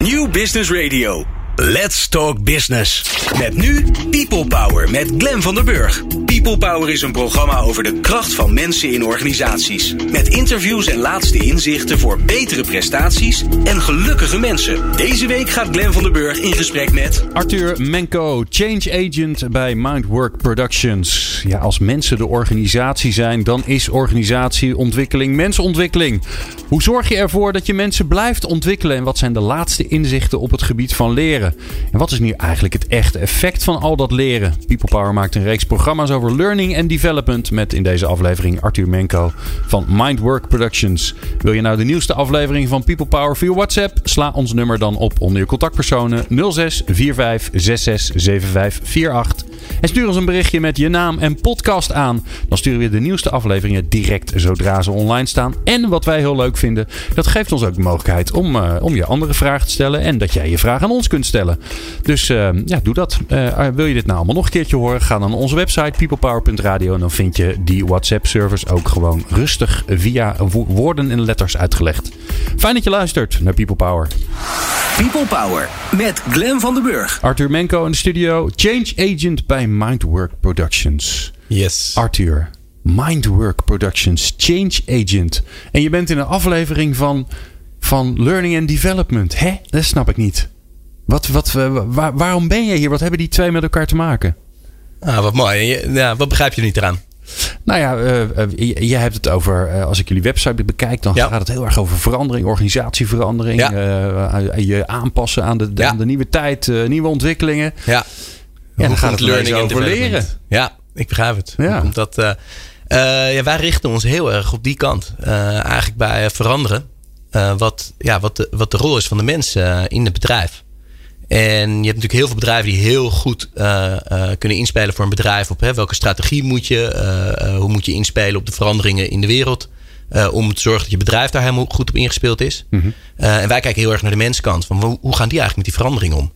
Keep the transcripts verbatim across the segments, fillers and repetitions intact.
New Business Radio. Let's Talk Business. Met nu People Power met Glenn van der Burg. People Power is een programma over de kracht van mensen in organisaties. Met interviews en laatste inzichten voor betere prestaties en gelukkige mensen. Deze week gaat Glenn van der Burg in gesprek met Arthur Menko, Change Agent bij Mindwork Productions. Ja, als mensen de organisatie zijn, dan is organisatieontwikkeling mensontwikkeling. Hoe zorg je ervoor dat je mensen blijft ontwikkelen? En wat zijn de laatste inzichten op het gebied van leren? En wat is nu eigenlijk het echte effect van al dat leren? People Power maakt een reeks programma's over learning en development met in deze aflevering Arthur Menko van Mindwork Productions. Wil je nou de nieuwste aflevering van People Power via WhatsApp? Sla ons nummer dan op onder je contactpersonen nul zes vier vijf zes zes zeven vijf vier acht. En stuur ons een berichtje met je naam en podcast aan. Dan sturen we de nieuwste afleveringen direct zodra ze online staan. En wat wij heel leuk vinden, dat geeft ons ook de mogelijkheid om, uh, om je andere vragen te stellen. En dat jij je vraag aan ons kunt stellen. Dus uh, ja, doe dat. Uh, wil je dit nou allemaal nog een keertje horen? Ga dan naar onze website peoplepower punt radio. En dan vind je die WhatsApp-service ook gewoon rustig via wo- woorden en letters uitgelegd. Fijn dat je luistert naar People Power. People Power met Glenn van der Burg. Arthur Menko in de studio. Change Agent bij Mindwork Productions. Yes. Arthur, Mindwork Productions, Change Agent. En je bent in een aflevering van, van Learning and Development. Hè? Dat snap ik niet. Wat, wat, waar, waarom ben je hier? Wat hebben die twee met elkaar te maken? Ah, wat mooi. Ja, wat begrijp je er niet eraan? Nou ja, uh, uh, je, je hebt het over, uh, als ik jullie website bekijk, dan ja. gaat het heel erg over verandering, organisatieverandering. Ja. Uh, uh, je aanpassen aan de, de, ja. aan de nieuwe tijd, uh, nieuwe ontwikkelingen. Ja. Ja, dan gaat het learning over leren. Ja, ik begrijp het. Ja. Omdat, uh, uh, ja, wij richten ons heel erg op die kant. Uh, eigenlijk bij uh, veranderen. Uh, wat, ja, wat, de, wat de rol is van de mensen uh, in het bedrijf. En je hebt natuurlijk heel veel bedrijven die heel goed uh, uh, kunnen inspelen voor een bedrijf. Op hè, welke strategie moet je, uh, uh, hoe moet je inspelen op de veranderingen in de wereld. Uh, om te zorgen dat je bedrijf daar helemaal goed op ingespeeld is. Mm-hmm. Uh, en wij kijken heel erg naar de menskant. Van hoe, hoe gaan die eigenlijk met die verandering om?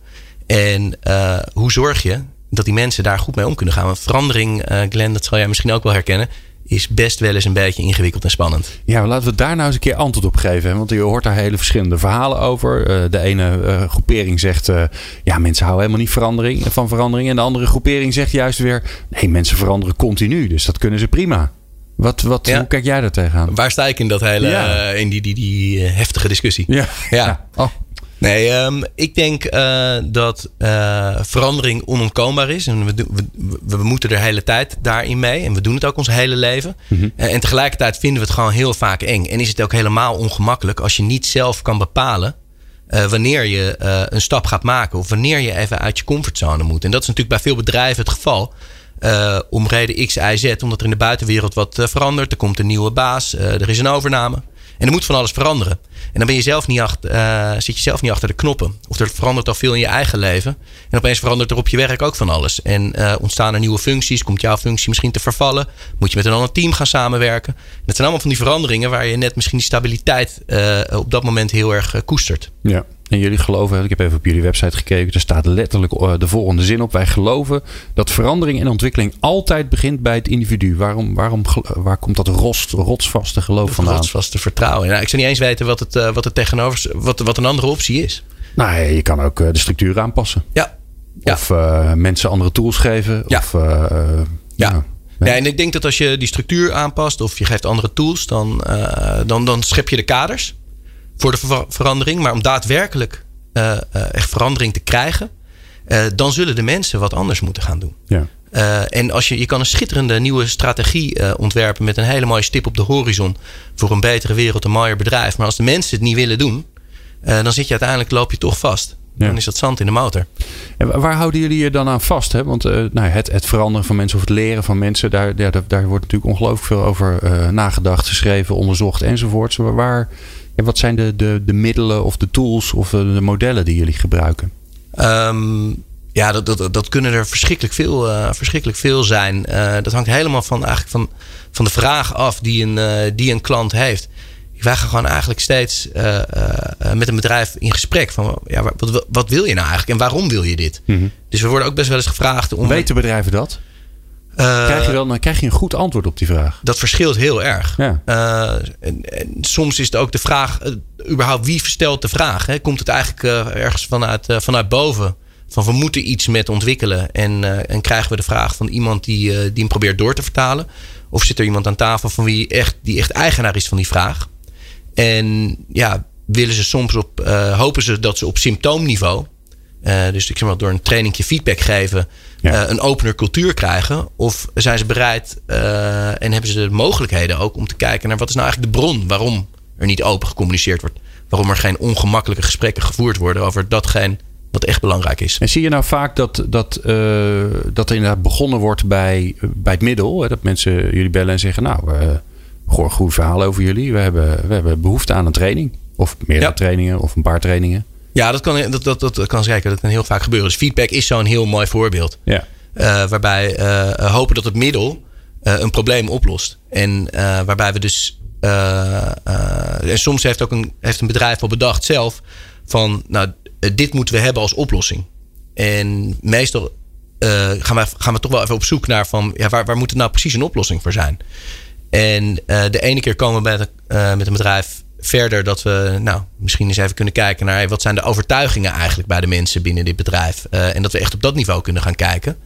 En uh, hoe zorg je dat die mensen daar goed mee om kunnen gaan? Want verandering, uh, Glenn, dat zal jij misschien ook wel herkennen, is best wel eens een beetje ingewikkeld en spannend. Ja, maar laten we daar nou eens een keer antwoord op geven. Hè? Want je hoort daar hele verschillende verhalen over. Uh, de ene uh, groepering zegt, uh, ja, mensen houden helemaal niet verandering, van verandering. En de andere groepering zegt juist weer, nee, mensen veranderen continu. Dus dat kunnen ze prima. Wat, wat, ja. Hoe kijk jij daar tegenaan? Waar sta ik in dat hele, ja. uh, in die, die, die heftige discussie? Ja. ja. ja. Oh. Nee, um, ik denk uh, dat uh, verandering onontkoombaar is. En we, we, we, we moeten er de hele tijd daarin mee. En we doen het ook ons hele leven. Mm-hmm. Uh, en tegelijkertijd vinden we het gewoon heel vaak eng. En is het ook helemaal ongemakkelijk als je niet zelf kan bepalen uh, wanneer je uh, een stap gaat maken. Of wanneer je even uit je comfortzone moet. En dat is natuurlijk bij veel bedrijven het geval. Uh, om reden X, Y, Z. Omdat er in de buitenwereld wat uh, verandert. Er komt een nieuwe baas. Uh, er is een overname. En er moet van alles veranderen. En dan ben je zelf niet achter, uh, zit je zelf niet achter de knoppen. Of er verandert al veel in je eigen leven. En opeens verandert er op je werk ook van alles. En uh, ontstaan er nieuwe functies. Komt jouw functie misschien te vervallen. Moet je met een ander team gaan samenwerken. Dat zijn allemaal van die veranderingen waar je net misschien die stabiliteit uh, op dat moment heel erg uh, koestert. Ja. En jullie geloven, ik heb even op jullie website gekeken, er staat letterlijk de volgende zin op. Wij geloven dat verandering en ontwikkeling altijd begint bij het individu. Waarom, waarom, waar komt dat rost, rotsvaste geloof de vandaan? Rotsvaste vertrouwen. Nou, ik zou niet eens weten wat het, wat het tegenover, wat, wat een andere optie is. Nou, je kan ook de structuur aanpassen. Ja. ja. Of uh, mensen andere tools geven. Ja. Of, uh, ja. ja. Ja, en ik denk dat als je die structuur aanpast of je geeft andere tools, dan, uh, dan, dan schep je de kaders voor de ver- verandering. Maar om daadwerkelijk uh, uh, echt verandering te krijgen, uh, dan zullen de mensen wat anders moeten gaan doen. Ja. Uh, en als je, je kan een schitterende nieuwe strategie uh, ontwerpen met een hele mooie stip op de horizon voor een betere wereld, een mooier bedrijf. Maar als de mensen het niet willen doen, uh, dan zit je uiteindelijk, loop je toch vast. Ja. Dan is dat zand in de motor. En waar houden jullie je dan aan vast? Hè? Want uh, nou, het, het veranderen van mensen of het leren van mensen, daar, ja, daar, daar wordt natuurlijk ongelooflijk veel over uh, nagedacht, geschreven, onderzocht enzovoort. Waar, ja, wat zijn de, de, de middelen of de tools of de, de modellen die jullie gebruiken? Um, ja, dat, dat, dat kunnen er verschrikkelijk veel, uh, verschrikkelijk veel zijn. Uh, dat hangt helemaal van, eigenlijk van, van de vraag af die een, uh, die een klant heeft. Wij gaan gewoon eigenlijk steeds uh, uh, met een bedrijf in gesprek. Van, ja, wat, wat wil je nou eigenlijk en waarom wil je dit? Mm-hmm. Dus we worden ook best wel eens gevraagd om. Weten bedrijven dat? Uh, krijg je dan, dan krijg je een goed antwoord op die vraag? Dat verschilt heel erg. Ja. Uh, en, en soms is het ook de vraag, uh, überhaupt wie stelt de vraag? Hè? Komt het eigenlijk uh, ergens vanuit, uh, vanuit boven? Van we moeten iets met ontwikkelen. En, uh, en krijgen we de vraag van iemand die, uh, die hem probeert door te vertalen? Of zit er iemand aan tafel van wie echt, die echt eigenaar is van die vraag? En ja, willen ze soms op, uh, hopen ze dat ze op symptoomniveau, uh, dus ik zeg maar door een trainingje feedback geven, ja. uh, een opener cultuur krijgen? Of zijn ze bereid uh, en hebben ze de mogelijkheden ook om te kijken naar wat is nou eigenlijk de bron waarom er niet open gecommuniceerd wordt? Waarom er geen ongemakkelijke gesprekken gevoerd worden over datgene wat echt belangrijk is. En zie je nou vaak dat, dat, uh, dat er inderdaad begonnen wordt bij, bij het middel? Hè? Dat mensen jullie bellen en zeggen, nou, uh, goh, goed verhaal over jullie. We hebben, we hebben behoefte aan een training. Of meerdere ja. trainingen of een paar trainingen. Ja, dat kan, dat, dat, dat kan zeker. Dat kan heel vaak gebeuren. Dus feedback is zo'n heel mooi voorbeeld. Ja. Uh, waarbij we uh, hopen dat het middel uh, een probleem oplost. En uh, waarbij we dus... Uh, uh, en soms heeft ook een, heeft een bedrijf al bedacht zelf van, nou, dit moeten we hebben als oplossing. En meestal uh, gaan, we, gaan we toch wel even op zoek naar van, ja, waar, waar moet het nou precies een oplossing voor zijn? En uh, de ene keer komen we met, uh, met een bedrijf verder dat we, nou, misschien eens even kunnen kijken naar, hey, wat zijn de overtuigingen eigenlijk bij de mensen binnen dit bedrijf? Uh, en dat we echt op dat niveau kunnen gaan kijken.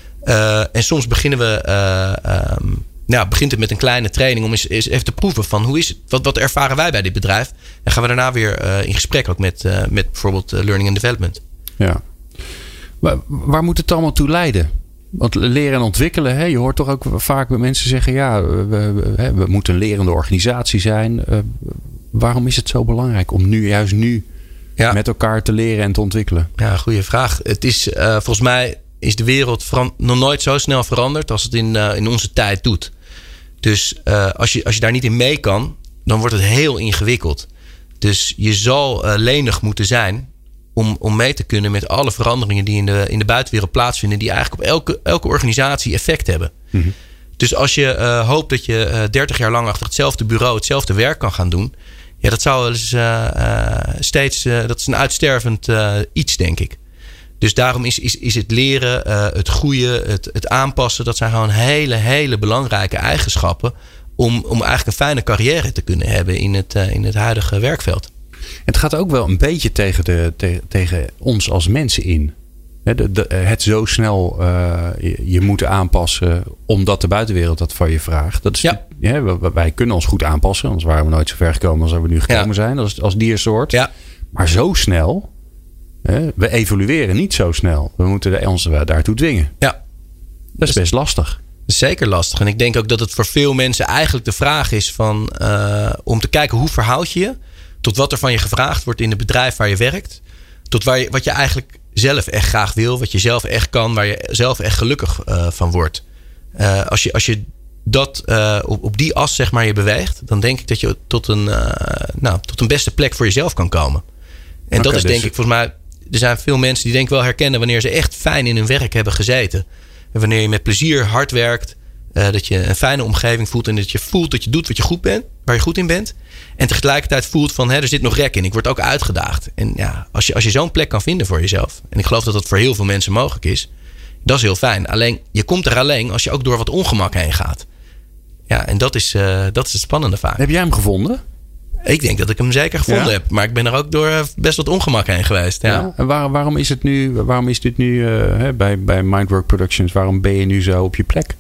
Uh, en soms beginnen we, uh, um, nou, begint het met een kleine training om eens, eens even te proeven van hoe is het, wat, wat ervaren wij bij dit bedrijf? En gaan we daarna weer uh, in gesprek ook met, uh, met bijvoorbeeld uh, learning and development. Ja. Waar, waar moet het allemaal toe leiden? Want leren en ontwikkelen, hè, je hoort toch ook vaak bij mensen zeggen, ja, we, we, we moeten een lerende organisatie zijn. Uh, waarom is het zo belangrijk om nu, juist nu, ja. met elkaar te leren en te ontwikkelen? Ja, goede vraag. Het is uh, volgens mij is de wereld veran- nog nooit zo snel veranderd als het in, uh, in onze tijd doet. Dus uh, als, je, als je daar niet in mee kan, dan wordt het heel ingewikkeld. Dus je zal uh, lenig moeten zijn om, om mee te kunnen met alle veranderingen die in de, in de buitenwereld plaatsvinden, die eigenlijk op elke, elke organisatie effect hebben. Mm-hmm. Dus als je uh, hoopt dat je uh, dertig jaar lang achter hetzelfde bureau hetzelfde werk kan gaan doen, ja, dat zou wel eens uh, uh, steeds, uh, dat is een uitstervend uh, iets, denk ik. Dus daarom is, is, is het leren, uh, het groeien, het, het aanpassen, dat zijn gewoon hele, hele belangrijke eigenschappen om, om eigenlijk een fijne carrière te kunnen hebben in het, uh, in het huidige werkveld. Het gaat ook wel een beetje tegen, de, te, tegen ons als mensen in. De, de, het zo snel uh, je, je moeten aanpassen omdat de buitenwereld dat van je vraagt. Dat is, ja. Ja, wij, wij kunnen ons goed aanpassen, anders waren we nooit zo ver gekomen als we nu gekomen ja. zijn als, als diersoort. Ja. Maar zo snel, hè, we evolueren niet zo snel. We moeten ons daartoe dwingen. Ja. Dat is best lastig. Zeker lastig. En ik denk ook dat het voor veel mensen eigenlijk de vraag is van uh, om te kijken hoe verhoud je je tot wat er van je gevraagd wordt in het bedrijf waar je werkt. Tot waar je, wat je eigenlijk zelf echt graag wil. Wat je zelf echt kan. Waar je zelf echt gelukkig uh, van wordt. Uh, als je, als je dat uh, op, op die as zeg maar je beweegt. Dan denk ik dat je tot een, uh, nou, tot een beste plek voor jezelf kan komen. En okay, dat is dus denk ik volgens mij. Er zijn veel mensen die denk ik wel herkennen wanneer ze echt fijn in hun werk hebben gezeten. En wanneer je met plezier hard werkt. Uh, dat je een fijne omgeving voelt. En dat je voelt dat je doet wat je goed bent. Waar je goed in bent. En tegelijkertijd voelt van, hè, er zit nog rek in. Ik word ook uitgedaagd. En ja, als je, als je zo'n plek kan vinden voor jezelf. En ik geloof dat dat voor heel veel mensen mogelijk is. Dat is heel fijn. Alleen, je komt er alleen als je ook door wat ongemak heen gaat. Ja, en dat is, uh, dat is het spannende vaak. Heb jij hem gevonden? Ik denk dat ik hem zeker gevonden ja. heb. Maar ik ben er ook door best wat ongemak heen geweest. Ja. Ja, en waar, waarom is het nu, waarom is dit nu uh, hè, bij, bij Mindwork Productions, waarom ben je nu zo op je plek?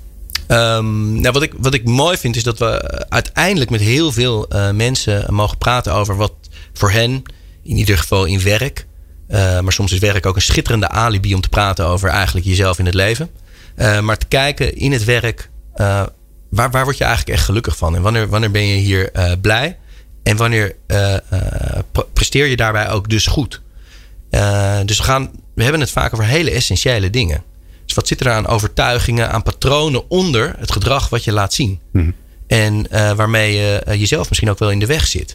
Um, nou, wat, ik, wat ik mooi vind is dat we uiteindelijk met heel veel uh, mensen mogen praten over wat voor hen, in ieder geval in werk, uh, maar soms is werk ook een schitterende alibi om te praten over eigenlijk jezelf in het leven. Uh, maar te kijken in het werk, uh, waar, waar word je eigenlijk echt gelukkig van? En wanneer, wanneer ben je hier uh, blij? En wanneer uh, uh, presteer je daarbij ook dus goed? Uh, dus we, gaan, we hebben het vaak over hele essentiële dingen. Dus wat zit er aan overtuigingen, aan patronen onder het gedrag wat je laat zien? Mm-hmm. En uh, waarmee je uh, jezelf misschien ook wel in de weg zit.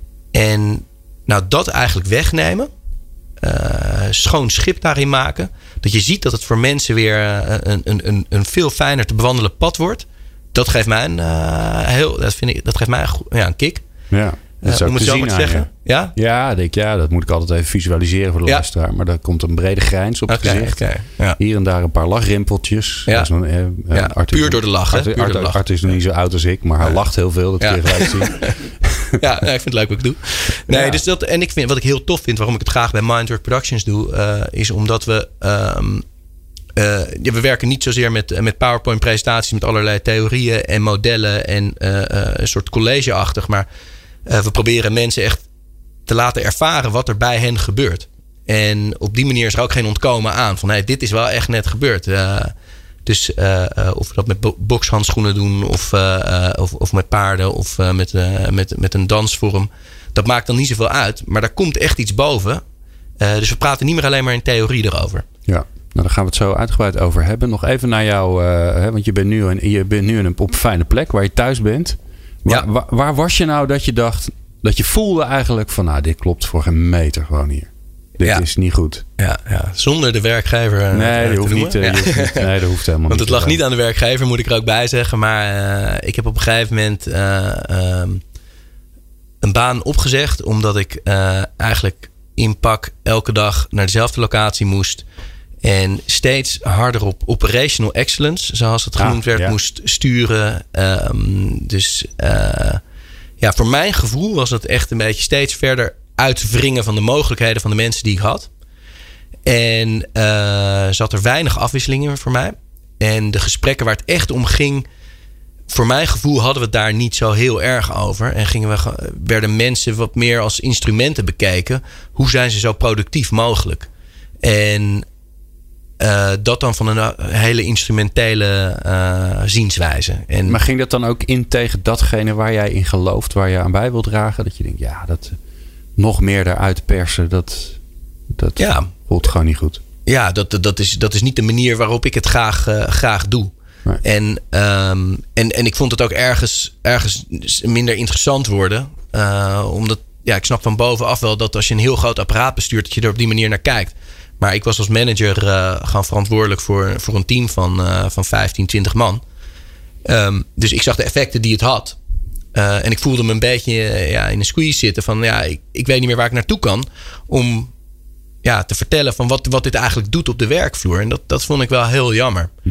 En nou, dat eigenlijk wegnemen. Uh, schoon schip daarin maken. Dat je ziet dat het voor mensen weer uh, een, een, een veel fijner te bewandelen pad wordt. Dat geeft mij een, uh, heel, dat vind ik, dat geeft mij een, ja, een kick. Ja. Uh, om het zo maar te zeggen. Ja? Ja, denk, ja, dat moet ik altijd even visualiseren voor de ja. luisteraar. Maar daar komt een brede grijns op het okay, gezicht. Okay, ja. Hier en daar een paar lachrimpeltjes. Ja. Een, uh, ja, Arthur, puur door de lach. Arthur, Puur Arthur, Arthur is nog niet zo oud als ik, maar hij ja. lacht heel veel. Dat kun je ja. gelijk zien. Ja, nee, ik vind het leuk wat ik doe. Nee, ja. dus dat, en ik vind, wat ik heel tof vind, waarom ik het graag bij Mindwork Productions doe, uh, is omdat we... Um, Uh, ja, we werken niet zozeer met, met PowerPoint presentaties met allerlei theorieën en modellen en uh, uh, een soort college-achtig. Maar uh, we proberen mensen echt te laten ervaren wat er bij hen gebeurt. En op die manier is er ook geen ontkomen aan. Van hey, dit is wel echt net gebeurd. Uh, dus uh, uh, of we dat met bokshandschoenen doen of, uh, uh, of, of met paarden of uh, met, uh, met, met een dansvorm. Dat maakt dan niet zoveel uit. Maar daar komt echt iets boven. Uh, dus we praten niet meer alleen maar in theorie erover. Ja. Nou, daar gaan we het zo uitgebreid over hebben. Nog even naar jou, uh, hè, want je bent nu, een, je bent nu een, op een fijne plek waar je thuis bent. Waar, ja. waar, waar was je nou dat je dacht, dat je voelde eigenlijk van, nou, dit klopt voor geen meter gewoon hier. Dit ja. is niet goed. Ja, ja. Zonder de werkgever. Nee, dat hoeft niet, uh, ja. hoeft niet. Nee, dat hoeft helemaal Want niet. het lag niet aan de werkgever, moet ik er ook bij zeggen. Maar uh, ik heb op een gegeven moment uh, um, een baan opgezegd, omdat ik uh, eigenlijk in pak elke dag naar dezelfde locatie moest. En steeds harder op operational excellence, zoals het genoemd ah, werd, ja. moest sturen. Um, dus uh, ja, voor mijn gevoel was het echt een beetje steeds verder uitwringen van de mogelijkheden van de mensen die ik had. En uh, zat er weinig afwisseling in voor mij. En de gesprekken waar het echt om ging, voor mijn gevoel hadden we het daar niet zo heel erg over. En gingen we, werden mensen wat meer als instrumenten bekeken. Hoe zijn ze zo productief mogelijk? En Uh, dat dan van een hele instrumentele uh, zienswijze. En maar ging dat dan ook in tegen datgene waar jij in gelooft, waar je aan bij wilt dragen? Dat je denkt, ja, dat nog meer daaruit persen, dat, dat ja. voelt gewoon niet goed. Ja, dat, dat, is, dat is niet de manier waarop ik het graag, uh, graag doe. Nee. En, um, en, en ik vond het ook ergens, ergens minder interessant worden. Uh, omdat, ja, ik snap van bovenaf wel dat als je een heel groot apparaat bestuurt, dat je er op die manier naar kijkt. Maar ik was als manager uh, gewoon verantwoordelijk voor, voor een team van, uh, van vijftien, twintig man. Um, dus ik zag de effecten die het had. Uh, en ik voelde me een beetje uh, ja, in een squeeze zitten. Van ja, ik, ik weet niet meer waar ik naartoe kan. Om ja, te vertellen van wat, wat dit eigenlijk doet op de werkvloer. En dat, dat vond ik wel heel jammer. Hm.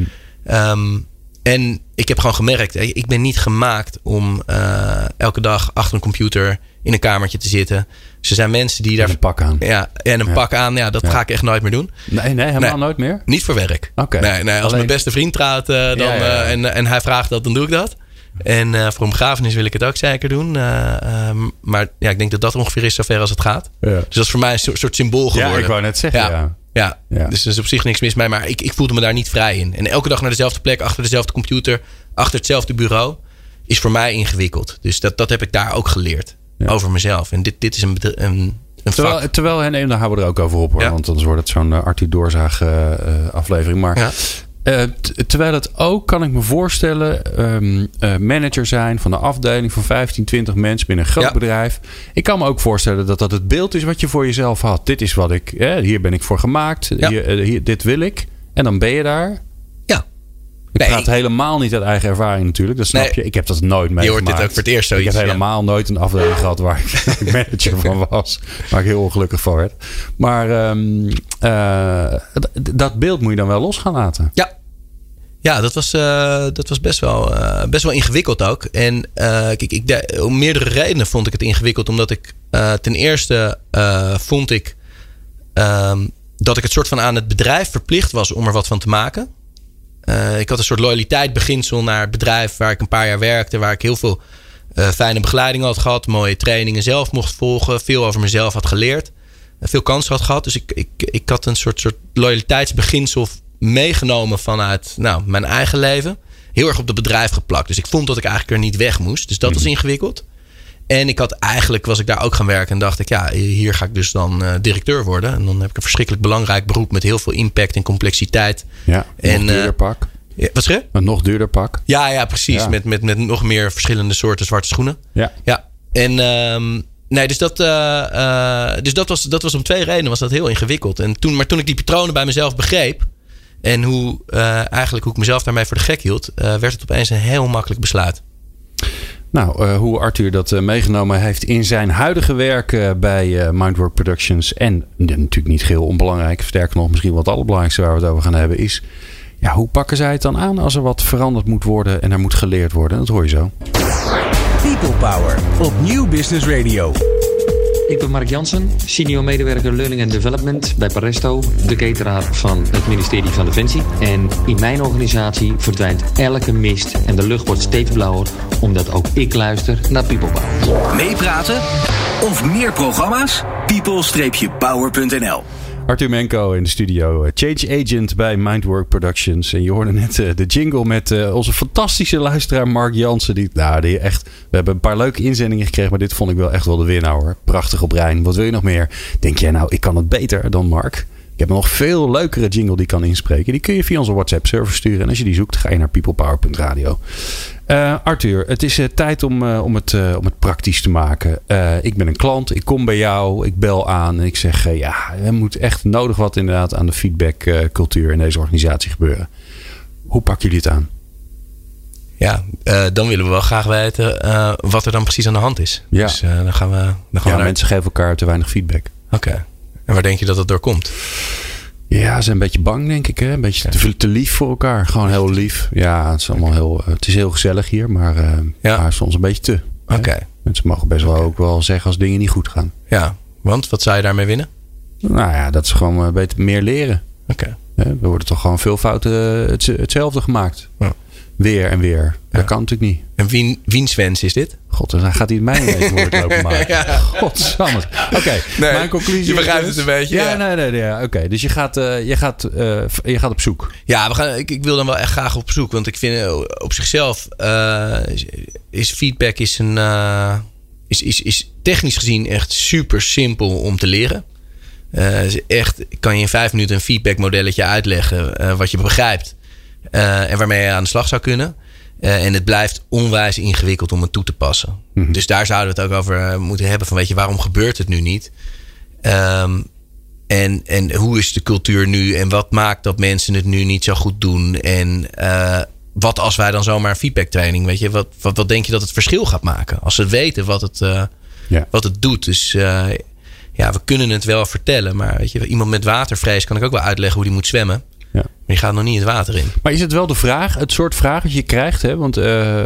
Um, en ik heb gewoon gemerkt, ik ben niet gemaakt om uh, elke dag achter een computer in een kamertje te zitten. Dus er zijn mensen die daar... En een pak aan. Ja, en een ja. pak aan. Ja, dat ja. ga ik echt nooit meer doen. Nee, nee helemaal nee, nooit meer? Niet voor werk. Okay. Nee, nee, als Alleen... mijn beste vriend trouwt uh, dan, ja, ja, ja. Uh, en, en hij vraagt dat, dan doe ik dat. En uh, voor een begrafenis wil ik het ook zeker doen. Uh, um, maar ja, ik denk dat dat ongeveer is zover als het gaat. Ja. Dus dat is voor mij een soort, soort symbool geworden. Ja, ik wou net zeggen, ja. ja. Ja, ja, dus er is op zich niks mis mee. Maar ik, ik voelde me daar niet vrij in. En elke dag naar dezelfde plek, achter dezelfde computer, achter hetzelfde bureau, is voor mij ingewikkeld. Dus dat, dat heb ik daar ook geleerd. Ja. Over mezelf. En dit, dit is een, een, een terwijl, vak. Terwijl, en daar houden we er ook over op hoor. Ja. Want anders wordt het zo'n uh, Arthur Doorzaag uh, aflevering. Maar ja. uh, t- terwijl het ook, kan ik me voorstellen, um, uh, manager zijn van een afdeling van vijftien, twintig mensen binnen een groot ja. bedrijf. Ik kan me ook voorstellen dat dat het beeld is wat je voor jezelf had. Dit is wat ik, eh, hier ben ik voor gemaakt. Ja. Hier, uh, hier, dit wil ik. En dan ben je daar. Ja. Ik nee, praat helemaal niet uit eigen ervaring natuurlijk. Dat snap nee, je. Ik heb dat nooit meegemaakt. Je hoort dit ook voor het eerst zoiets. Ik heb helemaal ja. nooit een afdeling gehad waar ik manager van was. Waar ik heel ongelukkig van werd. Maar um, uh, d- dat beeld moet je dan wel los gaan laten. Ja. Ja, dat was, uh, dat was best, wel, uh, best wel ingewikkeld ook. En uh, kijk, ik de, om meerdere redenen vond ik het ingewikkeld. Omdat ik uh, ten eerste uh, vond ik um, dat ik het soort van aan het bedrijf verplicht was om er wat van te maken. Uh, ik had een soort loyaliteitsbeginsel naar het bedrijf waar ik een paar jaar werkte. Waar ik heel veel uh, fijne begeleiding had gehad. Mooie trainingen zelf mocht volgen. Veel over mezelf had geleerd. Uh, veel kansen had gehad. Dus ik, ik, ik had een soort, soort loyaliteitsbeginsel meegenomen vanuit nou, mijn eigen leven. Heel erg op het bedrijf geplakt. Dus ik vond dat ik eigenlijk er niet weg moest. Dus dat was ingewikkeld. En ik had eigenlijk, was ik daar ook gaan werken. En dacht ik, ja, hier ga ik dus dan uh, directeur worden. En dan heb ik een verschrikkelijk belangrijk beroep met heel veel impact en complexiteit. Ja, en, nog duurder pak. Uh, ja, wat zeg je? Een nog duurder pak. Ja, ja, precies. Ja. Met, met, met nog meer verschillende soorten zwarte schoenen. Ja. Ja. En um, nee, dus, dat, uh, uh, dus dat, was, dat was om twee redenen was dat heel ingewikkeld. En toen, maar toen ik die patronen bij mezelf begreep. En hoe uh, eigenlijk hoe ik mezelf daarmee voor de gek hield. Uh, werd het opeens een heel makkelijk besluit. Nou, uh, hoe Arthur dat uh, meegenomen heeft in zijn huidige werk uh, bij uh, Mindwork Productions. En uh, natuurlijk niet geheel onbelangrijk. Sterker nog, misschien wel het allerbelangrijkste waar we het over gaan hebben is... Ja, hoe pakken zij het dan aan als er wat veranderd moet worden en er moet geleerd worden? Dat hoor je zo. People Power op Nieuw Business Radio. Ik ben Mark Jansen, senior medewerker Learning and Development bij Paresto, de cateraar van het ministerie van Defensie. En in mijn organisatie verdwijnt elke mist en de lucht wordt steeds blauwer, omdat ook ik luister naar People Power. Meepraten of meer programma's? people power punt n l. Arthur Menko in de studio, change agent bij Mindwork Productions. En je hoorde net uh, de jingle met uh, onze fantastische luisteraar Mark Jansen. Die, nou, die echt, we hebben een paar leuke inzendingen gekregen, maar dit vond ik wel echt wel de winnaar hoor. Prachtig op Rijn. Wat wil je nog meer? Denk jij nou, ik kan het beter dan Mark? Ik heb een nog veel leukere jingle die ik kan inspreken. Die kun je via onze WhatsApp server sturen. En als je die zoekt, ga je naar people power punt radio. Uh, Arthur, het is uh, tijd om, uh, om, het, uh, om het praktisch te maken. Uh, ik ben een klant, ik kom bij jou, ik bel aan en ik zeg... Uh, ja, er moet echt nodig wat inderdaad aan de feedbackcultuur uh, in deze organisatie gebeuren. Hoe pakken jullie het aan? Ja, uh, dan willen we wel graag weten uh, wat er dan precies aan de hand is. Ja. Dus uh, dan gaan we... Dan gaan ja, we naar... mensen geven elkaar te weinig feedback. Oké. Okay. En waar denk je dat het door komt? Ja, ze zijn een beetje bang, denk ik. Hè? Een beetje te, te lief voor elkaar. Gewoon heel lief. Ja, het is allemaal heel, het is heel gezellig hier, maar, uh, ja. maar soms een beetje te. Oké. Okay. Mensen mogen best wel okay. ook wel zeggen als dingen niet goed gaan. Ja, want wat zou je daarmee winnen? Nou ja, dat is gewoon uh, beter meer leren. Oké. Okay. Er worden toch gewoon veel fouten uh, het, hetzelfde gemaakt. Ja. Weer en weer. Dat ja. kan natuurlijk niet. En wie, wiens wens is dit? God, dan gaat hij het mij ineens woord lopen maken. ja. Godsamme. Oké, okay. nee, mijn conclusie. Je begrijpt dus, het een beetje. Ja, ja. nee, nee, nee. Ja, Oké, okay. Dus je gaat, uh, je, gaat, uh, je gaat op zoek. Ja, we gaan, ik, ik wil dan wel echt graag op zoek. Want ik vind uh, op zichzelf uh, is feedback is een, uh, is, is, is technisch gezien echt super simpel om te leren. Uh, is echt, kan je in vijf minuten een feedbackmodelletje uitleggen uh, wat je begrijpt. Uh, en waarmee je aan de slag zou kunnen. Uh, en het blijft onwijs ingewikkeld om het toe te passen. Mm-hmm. Dus daar zouden we het ook over moeten hebben. Van weet je, waarom gebeurt het nu niet? Um, en, en hoe is de cultuur nu? En wat maakt dat mensen het nu niet zo goed doen? En uh, wat als wij dan zomaar een feedbacktraining... Weet je, wat, wat, wat denk je dat het verschil gaat maken? Als ze weten wat het, uh, yeah. wat het doet. Dus uh, ja, we kunnen het wel vertellen. Maar weet je, iemand met watervrees kan ik ook wel uitleggen hoe die moet zwemmen. Ja. Maar je gaat nog niet het water in. Maar is het wel de vraag, het soort vraag dat je krijgt? Hè? Want uh,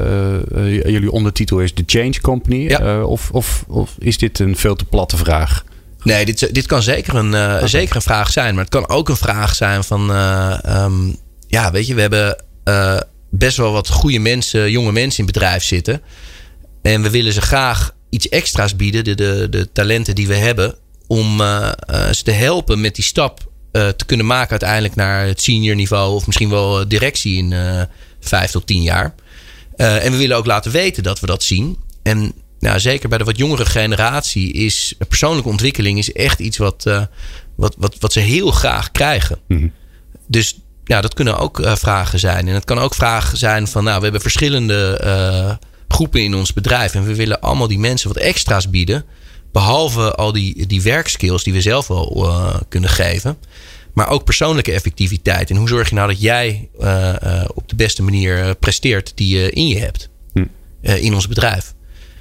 uh, jullie ondertitel is The Change Company. Ja. Uh, of, of, of is dit een veel te platte vraag? Nee, dit, dit kan zeker een, uh, okay. zeker een vraag zijn. Maar het kan ook een vraag zijn van... Uh, um, ja, weet je, we hebben uh, best wel wat goede mensen, jonge mensen in het bedrijf zitten. En we willen ze graag iets extra's bieden. De, de, de talenten die we hebben. Om uh, uh, ze te helpen met die stap... Uh, te kunnen maken uiteindelijk naar het senior niveau... of misschien wel directie in uh, vijf tot tien jaar. Uh, en we willen ook laten weten dat we dat zien. En nou, zeker bij de wat jongere generatie... is persoonlijke ontwikkeling is echt iets wat, uh, wat, wat, wat ze heel graag krijgen. Mm-hmm. Dus ja, dat kunnen ook uh, vragen zijn. En het kan ook vragen zijn van... nou, we hebben verschillende uh, groepen in ons bedrijf... en we willen allemaal die mensen wat extra's bieden... behalve al die, die werkskills die we zelf wel uh, kunnen geven... maar ook persoonlijke effectiviteit. En hoe zorg je nou dat jij uh, uh, op de beste manier presteert... die je in je hebt hm. uh, in ons bedrijf.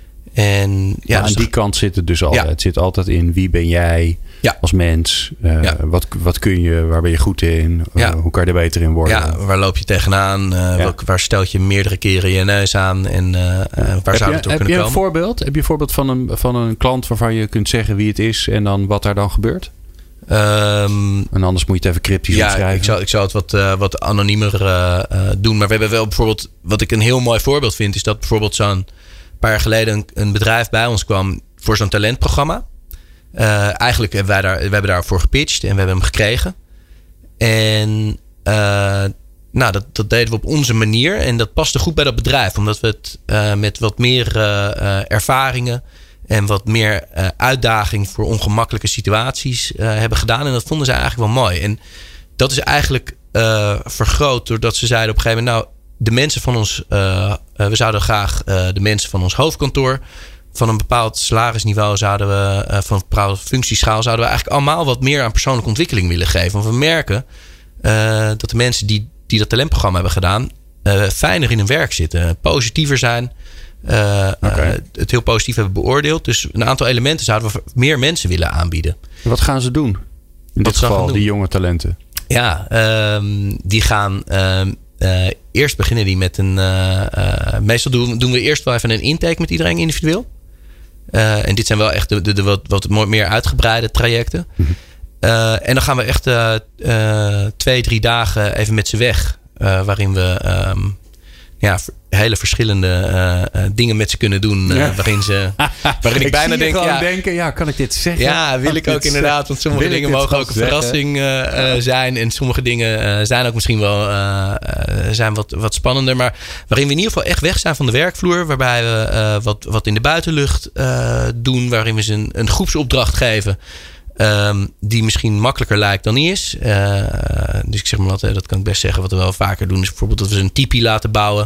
En ja, aan dus die kant zit het dus altijd. Ja. Het zit altijd in wie ben jij ja. als mens? Uh, ja. wat, wat kun je? Waar ben je goed in? Ja. Uh, hoe kan je er beter in worden? Ja, waar loop je tegenaan? Uh, ja. welk, waar stelt je meerdere keren je neus aan? En uh, uh, waar zou het door kunnen heb je komen? Een voorbeeld? Heb je een voorbeeld van een, van een klant waarvan je kunt zeggen wie het is... en dan wat daar dan gebeurt? Um, en anders moet je het even cryptisch ja, omschrijven. Ik zou, ik zou het wat, uh, wat anoniemer uh, uh, doen. Maar we hebben wel bijvoorbeeld... Wat ik een heel mooi voorbeeld vind... is dat bijvoorbeeld zo'n paar jaar geleden... een, een bedrijf bij ons kwam voor zo'n talentprogramma. Uh, eigenlijk hebben wij daar, we hebben daarvoor gepitcht... en we hebben hem gekregen. En uh, nou, dat, dat deden we op onze manier. En dat paste goed bij dat bedrijf. Omdat we het uh, met wat meer uh, uh, ervaringen... en wat meer uh, uitdaging voor ongemakkelijke situaties uh, hebben gedaan. En dat vonden ze eigenlijk wel mooi. En dat is eigenlijk uh, vergroot doordat ze zeiden op een gegeven moment... nou, de mensen van ons... Uh, uh, we zouden graag uh, de mensen van ons hoofdkantoor... van een bepaald salarisniveau zouden we... Uh, van een bepaalde functieschaal zouden we eigenlijk allemaal... wat meer aan persoonlijke ontwikkeling willen geven. Want we merken uh, dat de mensen die, die dat talentprogramma hebben gedaan... Uh, fijner in hun werk zitten. Positiever zijn... uh, okay. uh, het heel positief hebben beoordeeld. Dus een aantal elementen zouden we meer mensen willen aanbieden. Wat gaan ze doen? In Wat dit geval, die jonge talenten. Ja, um, die gaan... Um, uh, eerst beginnen die met een... Uh, uh, meestal doen, doen we eerst wel even een intake met iedereen individueel. Uh, en dit zijn wel echt de, de, de wat, wat meer uitgebreide trajecten. Mm-hmm. Uh, en dan gaan we echt uh, uh, twee, drie dagen even met ze weg. Uh, waarin we um, ja, hele verschillende uh, uh, dingen met ze kunnen doen. Uh, ja. Waarin ze. Waarin ik, ik bijna denk. Ja, denken, ja, kan ik dit zeggen? Ja, wil ik ook inderdaad. Want sommige dingen mogen ook een zeggen? verrassing uh, uh, zijn. En sommige dingen uh, zijn ook misschien wel uh, uh, zijn wat, wat spannender. Maar waarin we in ieder geval echt weg zijn van de werkvloer. Waarbij we uh, wat, wat in de buitenlucht uh, doen. Waarin we ze een, een groepsopdracht geven. Um, die misschien makkelijker lijkt dan die is. Uh, dus ik zeg maar dat, dat kan ik best zeggen. Wat we wel vaker doen is bijvoorbeeld dat we ze een tipi laten bouwen.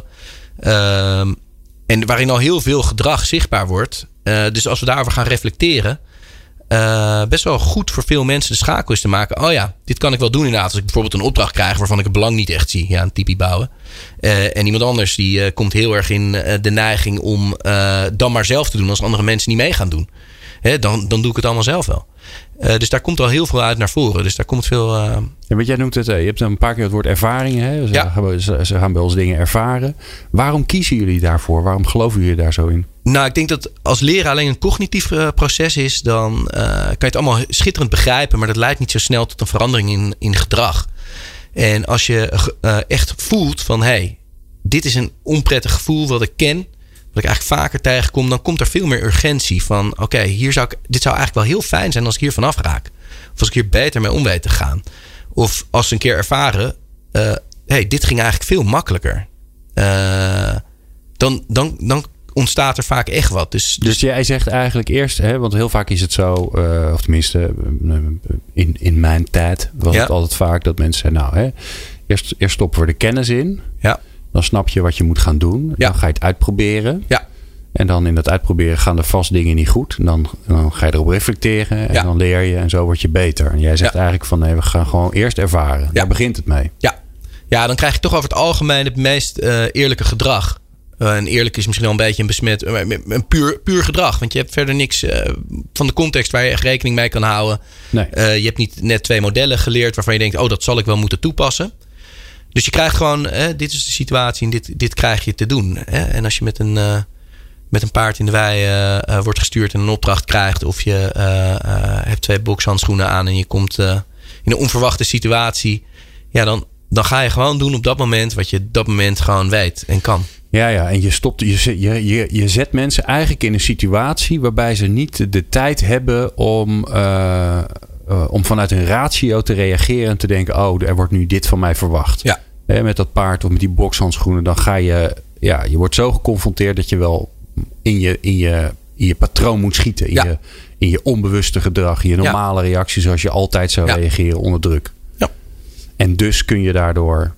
Um, en waarin al heel veel gedrag zichtbaar wordt. Uh, dus als we daarover gaan reflecteren. Uh, best wel goed voor veel mensen de schakel is te maken. Oh ja, dit kan ik wel doen inderdaad. Als ik bijvoorbeeld een opdracht krijg waarvan ik het belang niet echt zie. Ja, een tipi bouwen. Uh, en iemand anders die uh, komt heel erg in uh, de neiging om uh, dan maar zelf te doen. Als andere mensen niet mee gaan doen. He, dan, dan doe ik het allemaal zelf wel. Uh, dus daar komt al heel veel uit naar voren. Dus daar komt veel... Uh... Ja, wat jij noemt het, je hebt een paar keer het woord ervaringen. Hè? Ze, ja. gaan, ze, ze gaan bij ons dingen ervaren. Waarom kiezen jullie daarvoor? Waarom geloven jullie daar zo in? Nou, ik denk dat als leren alleen een cognitief uh, proces is... dan uh, kan je het allemaal schitterend begrijpen... maar dat leidt niet zo snel tot een verandering in, in gedrag. En als je uh, echt voelt van... hé, hey, dit is een onprettig gevoel wat ik ken... wat ik eigenlijk vaker tegenkom, dan komt er veel meer urgentie van... oké, okay, hier zou ik, dit zou eigenlijk wel heel fijn zijn als ik hier vanaf raak. Of als ik hier beter mee om weet te gaan. Of als ze een keer ervaren... Uh, hey, dit ging eigenlijk veel makkelijker. Uh, dan, dan, dan ontstaat er vaak echt wat. Dus, dus, dus jij zegt eigenlijk eerst... Hè, want heel vaak is het zo... Uh, of tenminste, in, in mijn tijd was ja. het altijd vaak dat mensen zeiden... nou, hè, eerst, eerst stoppen we de kennis in... Ja. Dan snap je wat je moet gaan doen. Ja. Dan ga je het uitproberen. Ja. En dan in dat uitproberen gaan er vast dingen niet goed. En dan, dan ga je erop reflecteren. En ja. dan leer je. En zo word je beter. En jij zegt ja. eigenlijk van nee, we gaan gewoon eerst ervaren. Ja. Daar begint het mee. Ja. Ja, dan krijg je toch over het algemeen het meest uh, eerlijke gedrag. Uh, en eerlijk is misschien wel een beetje een besmet. Uh, een puur, puur gedrag. Want je hebt verder niks uh, van de context waar je echt rekening mee kan houden. Nee. Uh, je hebt niet net twee modellen geleerd waarvan je denkt, oh, dat zal ik wel moeten toepassen. Dus je krijgt gewoon, hè, dit is de situatie en dit, dit krijg je te doen. Hè? En als je met een, uh, met een paard in de wei uh, uh, wordt gestuurd en een opdracht krijgt... of je uh, uh, hebt twee bokshandschoenen aan en je komt uh, in een onverwachte situatie... ja, dan, dan ga je gewoon doen op dat moment wat je op dat moment gewoon weet en kan. Ja, ja, en je, stopt, je, je, je, je zet mensen eigenlijk in een situatie... waarbij ze niet de tijd hebben om... Uh, Uh, om vanuit een ratio te reageren en te denken... oh, er wordt nu dit van mij verwacht. Ja. He, met dat paard of met die bokshandschoenen... dan ga je... ja, je wordt zo geconfronteerd dat je wel in je, in je, in je patroon moet schieten. In, ja. je, in je onbewuste gedrag. Je normale ja. reactie zoals je altijd zou ja. reageren onder druk. Ja. En dus kun je daardoor...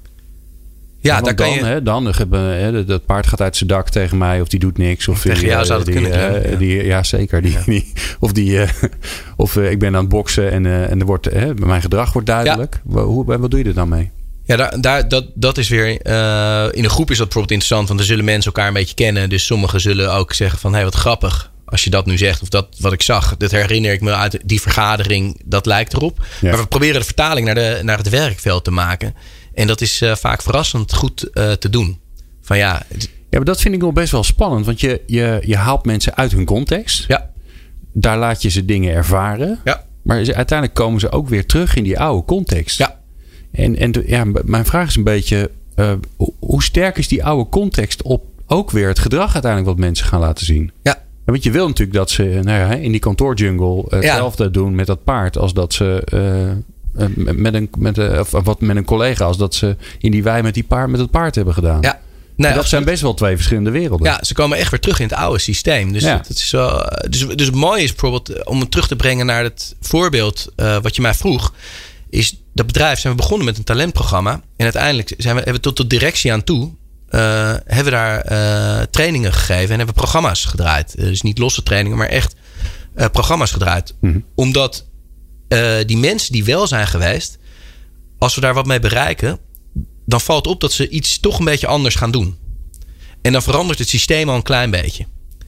Ja, daar dan, kan je... Hè, dan hè, dat paard gaat uit zijn dak tegen mij of die doet niks. Of tegen die, jou zou dat die, kunnen uh, ja. die, ja, zeker. Die, ja. Die, of die, uh, of uh, ik ben aan het boksen en, uh, en er wordt, uh, mijn gedrag wordt duidelijk. Ja. Hoe, wat doe je er dan mee? Ja, daar, daar, dat, dat is weer... Uh, in een groep is dat bijvoorbeeld interessant. Want dan zullen mensen elkaar een beetje kennen. Dus sommigen zullen ook zeggen van... hé, hey, wat grappig als je dat nu zegt. Of dat wat ik zag. Dat herinner ik me uit die vergadering. Dat lijkt erop. Ja. Maar we proberen de vertaling naar, de, naar het werkveld te maken. En dat is uh, vaak verrassend goed uh, te doen. Van ja... Ja, maar dat vind ik nog best wel spannend. Want je, je, je haalt mensen uit hun context. Ja. Daar laat je ze dingen ervaren. Ja. Maar uiteindelijk komen ze ook weer terug in die oude context. Ja. En, en de, ja, mijn vraag is een beetje... Uh, hoe sterk is die oude context op ook weer het gedrag uiteindelijk wat mensen gaan laten zien? Ja. Want je wil natuurlijk dat ze nou ja, in die kantoorjungle hetzelfde ja. doen met dat paard als dat ze... Uh, Met een, met, een, of wat met een collega als dat ze in die wei met, die paard, met het paard hebben gedaan. Ja. Nee, dat zijn best wel twee verschillende werelden. Ja, ze komen echt weer terug in het oude systeem. Dus, ja. dat is wel, dus, dus het mooie is bijvoorbeeld om het terug te brengen naar het voorbeeld uh, wat je mij vroeg. Is dat bedrijf zijn we begonnen met een talentprogramma. En uiteindelijk zijn we, hebben we tot de directie aan toe. Uh, hebben we daar uh, trainingen gegeven en hebben we programma's gedraaid. Uh, dus niet losse trainingen, maar echt uh, programma's gedraaid. Mm-hmm. Omdat Uh, die mensen die wel zijn geweest, als we daar wat mee bereiken, dan valt op dat ze iets toch een beetje anders gaan doen. En dan verandert het systeem al een klein beetje.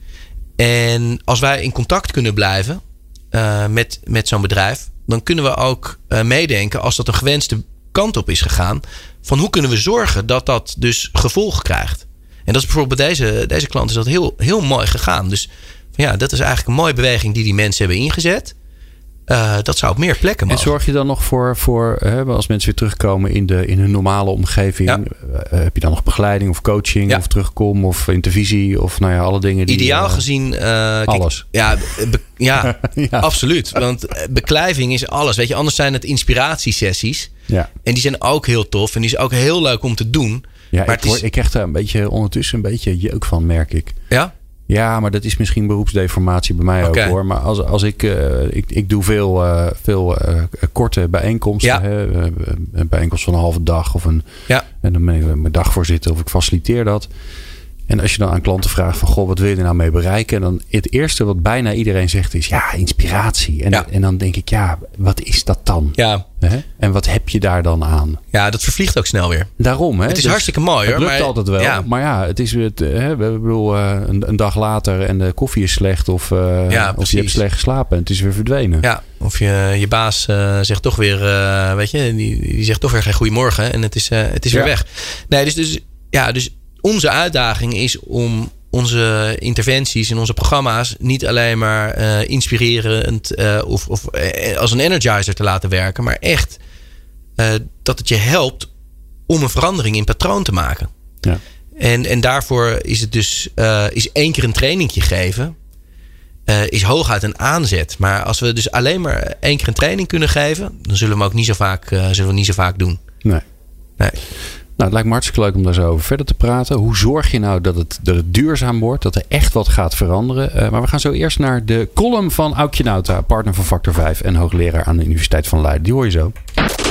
En als wij in contact kunnen blijven uh, met, met zo'n bedrijf, dan kunnen we ook uh, meedenken als dat een gewenste kant op is gegaan. Van hoe kunnen we zorgen dat dat dus gevolgen krijgt. En dat is bijvoorbeeld bij deze, deze klant is dat heel, heel mooi gegaan. Dus ja, dat is eigenlijk een mooie beweging die die mensen hebben ingezet. Uh, dat zou op meer plekken mogen. En zorg je dan nog voor, voor hè, als mensen weer terugkomen in, de, in hun normale omgeving. Ja. Uh, heb je dan nog begeleiding of coaching ja. of terugkom of intervisie of nou ja, alle dingen die... Ideaal uh, gezien... Uh, alles. Kijk, ja, be, ja, ja, absoluut. Want beklijving is alles. Weet je, anders zijn het inspiratiesessies. Ja. En die zijn ook heel tof. En die is ook heel leuk om te doen. Ja, maar ik, hoor, is... ik krijg daar een beetje ondertussen een beetje jeuk van, merk ik. Ja? Ja, maar dat is misschien beroepsdeformatie bij mij okay. ook hoor. Maar als, als ik, uh, ik... Ik doe veel, uh, veel uh, korte bijeenkomsten. Ja. Hè? Uh, een bijeenkomst van een halve dag. Of een, ja. En dan ben ik mijn dagvoorzitter of ik faciliteer dat. En als je dan aan klanten vraagt van... Goh, wat wil je er nou mee bereiken? En dan het eerste wat bijna iedereen zegt is... Ja, inspiratie. En, ja. en dan denk ik, ja, wat is dat dan? Ja. Hè? En wat heb je daar dan aan? Ja, dat vervliegt ook snel weer. Daarom, hè? Het is dus hartstikke mooi, hoor. Het lukt maar, altijd wel. Ja. Maar ja, het is het, hè, we bedoel, een, een dag later en de koffie is slecht... of, uh, ja, of je hebt slecht geslapen en het is weer verdwenen. Ja, of je, je baas uh, zegt toch weer... Uh, weet je, die, die zegt toch weer geen goeiemorgen... en het is, uh, het is ja. weer weg. Nee, dus, dus, ja, dus onze uitdaging is om... onze interventies en onze programma's niet alleen maar uh, inspirerend uh, of, of uh, als een energizer te laten werken, maar echt uh, dat het je helpt om een verandering in patroon te maken. Ja. En, en daarvoor is het dus uh, is één keer een trainingje geven, uh, is hooguit een aanzet. Maar als we dus alleen maar één keer een training kunnen geven, dan zullen we hem ook niet zo vaak, uh, zullen we niet zo vaak doen. Nee. Nee. Nou, het lijkt me hartstikke leuk om daar zo over verder te praten. Hoe zorg je nou dat het, dat het duurzaam wordt? Dat er echt wat gaat veranderen? Uh, maar we gaan zo eerst naar de column van Aukje Nauta, partner van Factor vijf en hoogleraar aan de Universiteit van Leiden. Die hoor je zo.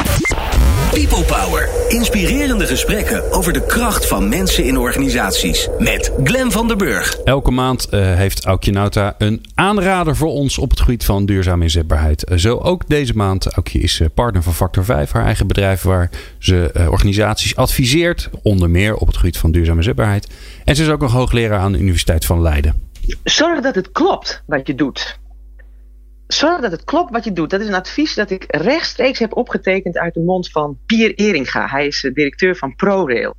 People Power. Inspirerende gesprekken over de kracht van mensen in organisaties. Met Glenn van der Burg. Elke maand uh, heeft Aukje Nauta een aanrader voor ons op het gebied van duurzame inzetbaarheid. Uh, zo ook deze maand. Aukje is uh, partner van Factor vijf, haar eigen bedrijf waar ze uh, organisaties adviseert. Onder meer op het gebied van duurzame inzetbaarheid. En ze is ook nog hoogleraar aan de Universiteit van Leiden. Zorg dat het klopt wat je doet. Zorg dat het klopt wat je doet. Dat is een advies dat ik rechtstreeks heb opgetekend uit de mond van Pier Eringa. Hij is uh, directeur van ProRail.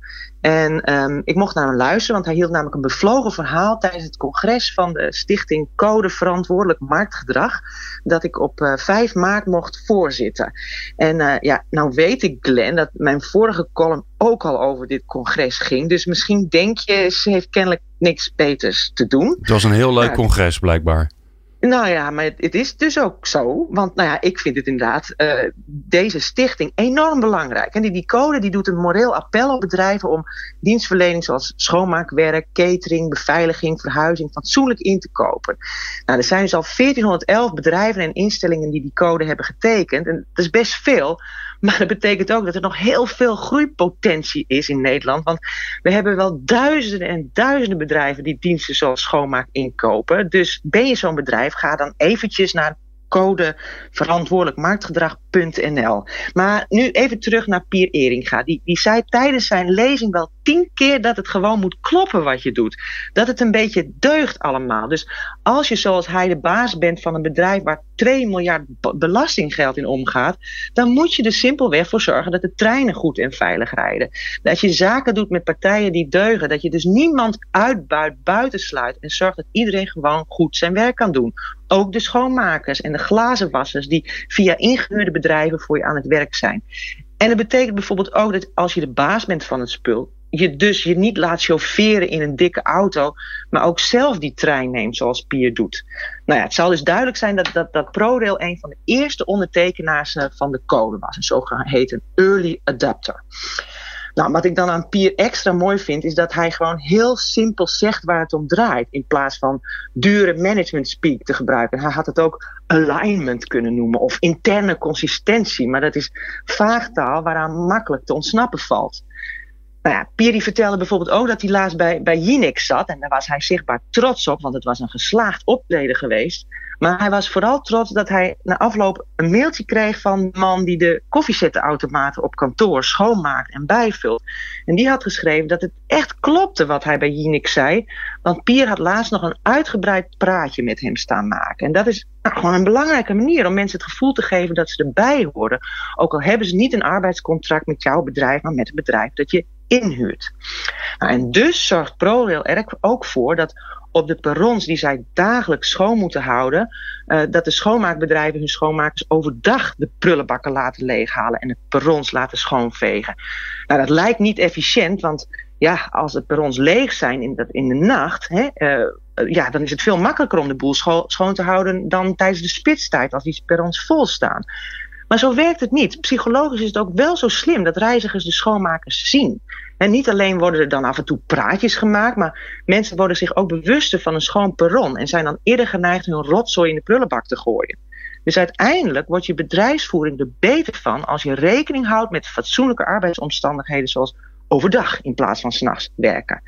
En um, ik mocht naar hem luisteren, want hij hield namelijk een bevlogen verhaal tijdens het congres van de Stichting Code Verantwoordelijk Marktgedrag. Dat ik op uh, vijf maart mocht voorzitten. En uh, ja, nou weet ik, Glenn, dat mijn vorige column ook al over dit congres ging. Dus misschien denk je, ze heeft kennelijk niks beters te doen. Het was een heel leuk uh, congres, blijkbaar. Nou ja, maar het, het is dus ook zo. Want nou ja, ik vind het inderdaad, uh, deze stichting enorm belangrijk. En die, die code die doet een moreel appel op bedrijven om dienstverlening zoals schoonmaakwerk, catering, beveiliging, verhuizing fatsoenlijk in te kopen. Nou, er zijn dus al veertienhonderdelf bedrijven en instellingen die die code hebben getekend. En dat is best veel. Maar dat betekent ook dat er nog heel veel groeipotentie is in Nederland. Want we hebben wel duizenden en duizenden bedrijven die diensten zoals schoonmaak inkopen. Dus ben je zo'n bedrijf, ga dan eventjes naar code verantwoordelijk marktgedrag punt n l. Maar nu even terug naar Pier Eringa. Die, die zei tijdens zijn lezing wel tien keer dat het gewoon moet kloppen wat je doet. Dat het een beetje deugt allemaal. Dus als je zoals hij de baas bent van een bedrijf waar twee miljard belastinggeld in omgaat, dan moet je er simpelweg voor zorgen dat de treinen goed en veilig rijden. Dat je zaken doet met partijen die deugen. Dat je dus niemand uitbuit, buitensluit en zorgt dat iedereen gewoon goed zijn werk kan doen. Ook de schoonmakers en de glazenwassers die via ingehuurde bedrijven voor je aan het werk zijn. En dat betekent bijvoorbeeld ook dat als je de baas bent van het spul, je dus je niet laat chaufferen in een dikke auto, maar ook zelf die trein neemt zoals Pier doet. Nou ja, het zal dus duidelijk zijn dat, dat, dat ProRail een van de eerste ondertekenaars van de code was. Een zogeheten early adapter. Nou, wat ik dan aan Pier extra mooi vind, is dat hij gewoon heel simpel zegt waar het om draait. In plaats van dure management speak te gebruiken. Hij had het ook alignment kunnen noemen of interne consistentie. Maar dat is vaagtaal waaraan makkelijk te ontsnappen valt. Nou ja, Pier die vertelde bijvoorbeeld ook dat hij laatst bij, bij Jinek zat. En daar was hij zichtbaar trots op, want het was een geslaagd optreden geweest. Maar hij was vooral trots dat hij na afloop een mailtje kreeg van de man die de koffiezettenautomaten op kantoor schoonmaakt en bijvult. En die had geschreven dat het echt klopte wat hij bij Jinek zei. Want Pier had laatst nog een uitgebreid praatje met hem staan maken. En dat is nou, gewoon een belangrijke manier om mensen het gevoel te geven dat ze erbij horen. Ook al hebben ze niet een arbeidscontract met jouw bedrijf, maar met het bedrijf dat je inhuurt. Nou, en dus zorgt ProRail er ook voor dat op de perrons die zij dagelijks schoon moeten houden, uh, dat de schoonmaakbedrijven hun schoonmakers overdag de prullenbakken laten leeghalen en de perrons laten schoonvegen. Nou, dat lijkt niet efficiënt, want ja, als de perrons leeg zijn in, dat, in de nacht, hè, uh, ja, dan is het veel makkelijker om de boel scho- schoon te houden dan tijdens de spitstijd als die perrons vol staan. Maar zo werkt het niet. Psychologisch is het ook wel zo slim dat reizigers de schoonmakers zien. En niet alleen worden er dan af en toe praatjes gemaakt, maar mensen worden zich ook bewuster van een schoon perron en zijn dan eerder geneigd hun rotzooi in de prullenbak te gooien. Dus uiteindelijk wordt je bedrijfsvoering er beter van als je rekening houdt met fatsoenlijke arbeidsomstandigheden zoals overdag in plaats van 's nachts werken.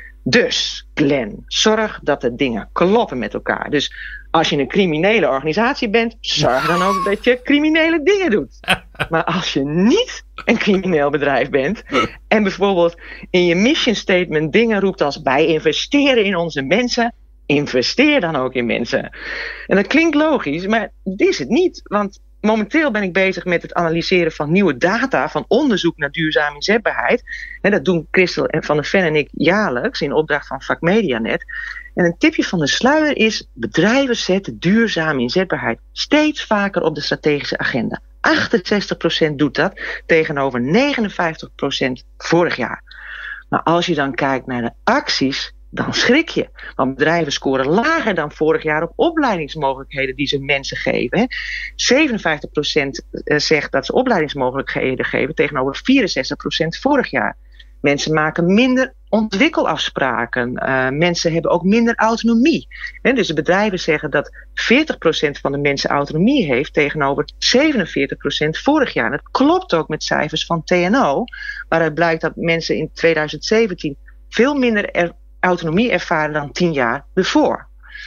Dus, Glenn, zorg dat de dingen kloppen met elkaar. Dus als je een criminele organisatie bent, zorg dan ook dat je criminele dingen doet. Maar als je niet een crimineel bedrijf bent en bijvoorbeeld in je mission statement dingen roept als wij investeren in onze mensen, investeer dan ook in mensen. En dat klinkt logisch, maar dit is het niet. Want momenteel ben ik bezig met het analyseren van nieuwe data van onderzoek naar duurzame inzetbaarheid. En dat doen Christel van der Ven en ik jaarlijks in opdracht van Vakmedianet. En een tipje van de sluier is: bedrijven zetten duurzame inzetbaarheid steeds vaker op de strategische agenda. achtenzestig procent doet dat tegenover negenenvijftig procent vorig jaar. Maar als je dan kijkt naar de acties, dan schrik je. Want bedrijven scoren lager dan vorig jaar op opleidingsmogelijkheden die ze mensen geven. zevenenvijftig procent zegt dat ze opleidingsmogelijkheden geven tegenover vierenzestig procent vorig jaar. Mensen maken minder ontwikkelafspraken. Uh, mensen hebben ook minder autonomie. He, dus de bedrijven zeggen dat veertig procent van de mensen autonomie heeft tegenover zevenenveertig procent vorig jaar. En dat klopt ook met cijfers van T N O, waaruit blijkt dat mensen in tweeduizend zeventien veel minder er, autonomie ervaren dan tien jaar ervoor.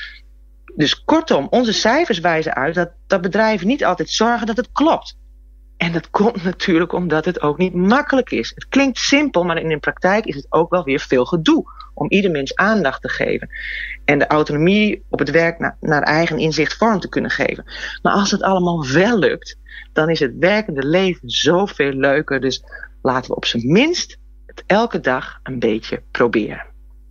Dus kortom, onze cijfers wijzen uit dat, dat bedrijven niet altijd zorgen dat het klopt. En dat komt natuurlijk omdat het ook niet makkelijk is. Het klinkt simpel, maar in de praktijk is het ook wel weer veel gedoe om ieder mens aandacht te geven. En de autonomie op het werk naar, naar eigen inzicht vorm te kunnen geven. Maar als het allemaal wel lukt, dan is het werkende leven zoveel leuker. Dus laten we op zijn minst het elke dag een beetje proberen.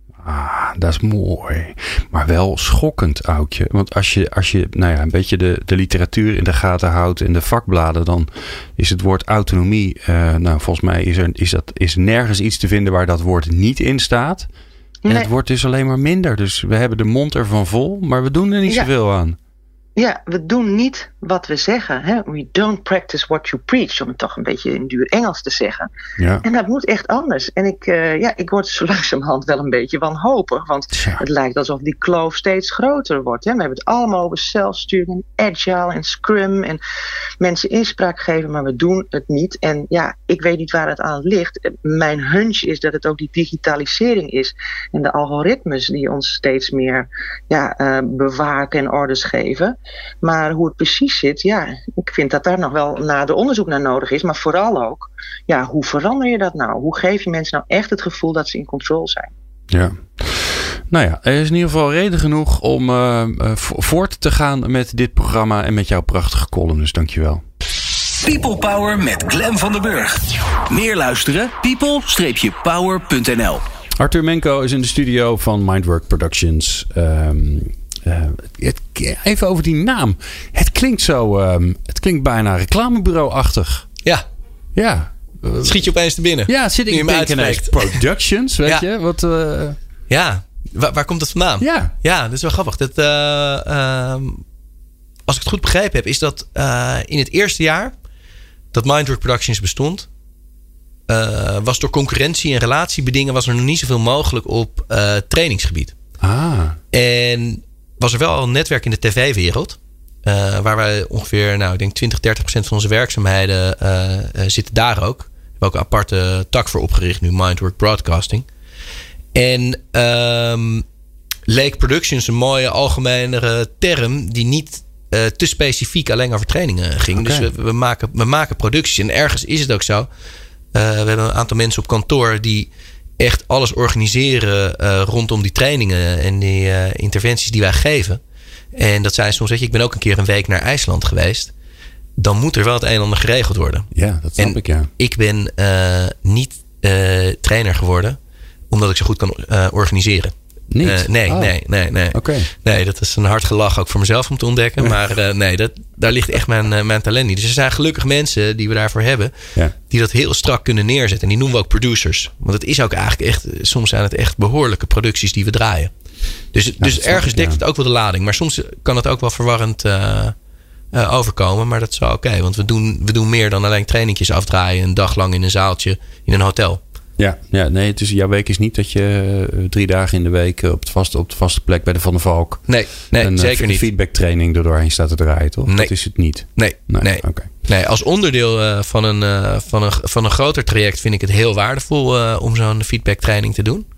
Ah, dat is mooi. Maar wel schokkend, Aukje. Want als je, als je nou ja, een beetje de, de literatuur in de gaten houdt in de vakbladen, dan is het woord autonomie, uh, nou volgens mij is er is dat is nergens iets te vinden waar dat woord niet in staat. En nee. Het wordt dus alleen maar minder. Dus we hebben de mond ervan vol, maar we doen er niet ja. zoveel aan. Ja, we doen niet wat we zeggen. Hè? We don't practice what you preach, om het toch een beetje in duur Engels te zeggen. Ja. En dat moet echt anders. En ik, uh, ja, ik word zo langzamerhand wel een beetje wanhopig. Want ja. het lijkt alsof die kloof steeds groter wordt. Hè? We hebben het allemaal over zelfsturing en agile en scrum. En mensen inspraak geven, maar we doen het niet. En ja, ik weet niet waar het aan ligt. Mijn hunch is dat het ook die digitalisering is. En de algoritmes die ons steeds meer ja, uh, bewaken en orders geven. Maar hoe het precies zit, ja, ik vind dat daar nog wel nader onderzoek naar nodig is. Maar vooral ook, ja, hoe verander je dat nou? Hoe geef je mensen nou echt het gevoel dat ze in controle zijn? Ja. Nou ja, er is in ieder geval reden genoeg om uh, voort te gaan met dit programma en met jouw prachtige column. Dus dankjewel. People Power met Glenn van der Burg. Meer luisteren? people power punt n l. Arthur Menko is in de studio van Mindwork Productions. Um, Uh, het, even over die naam. Het klinkt zo, um, het klinkt bijna reclamebureau-achtig. Ja. Ja. Uh, Schiet je opeens te binnen. Ja, zit ik denken ineens Productions, weet ja. je? Wat, uh... Ja, waar, waar komt dat vandaan? Ja. Ja, dat is wel grappig. Dat, uh, uh, als ik het goed begrepen heb, is dat uh, in het eerste jaar dat Mindwork Productions bestond, uh, was door concurrentie en relatiebedingen was er nog niet zoveel mogelijk op uh, trainingsgebied. Ah. En was er wel al een netwerk in de tv-wereld. Uh, waar wij ongeveer, nou, ik denk twintig, dertig procent van onze werkzaamheden uh, uh, zitten daar ook. We hebben ook een aparte tak voor opgericht nu, Mindwork Broadcasting. En um, leek productions een mooie algemenere term die niet uh, te specifiek alleen over trainingen ging. Okay. Dus we, we, maken, we maken producties. En ergens is het ook zo. Uh, we hebben een aantal mensen op kantoor die echt alles organiseren uh, rondom die trainingen en die uh, interventies die wij geven. En dat zijn soms, weet je, ik ben ook een keer een week naar IJsland geweest. Dan moet er wel het een en ander geregeld worden. Ja, dat snap en ik, ja. Ik ben uh, niet uh, trainer geworden omdat ik zo goed kan uh, organiseren. Niet? Uh, nee, oh. nee, nee, nee. Okay. Nee, dat is een hard gelach ook voor mezelf om te ontdekken. Maar uh, nee, dat, daar ligt echt mijn, uh, mijn talent niet. Dus er zijn gelukkig mensen die we daarvoor hebben. Ja. Die dat heel strak kunnen neerzetten. En die noemen we ook producers. Want het is ook eigenlijk echt, soms zijn het echt behoorlijke producties die we draaien. Dus, ja, dus ergens dekt ja. het ook wel de lading. Maar soms kan het ook wel verwarrend uh, uh, overkomen. Maar dat is wel oké. Okay, want we doen, we doen meer dan alleen trainingjes afdraaien. Een dag lang in een zaaltje in een hotel. Ja, ja, nee, het is, jouw week is niet dat je uh, drie dagen in de week op de vaste, op de vaste plek bij de Van der Valk. Nee, nee een, zeker een niet. feedbacktraining er doorheen staat te draaien, toch? Nee. Dat is het niet. Nee, nee. nee. Okay. nee als onderdeel uh, van, een, uh, van, een, van een groter traject vind ik het heel waardevol uh, om zo'n feedbacktraining te doen.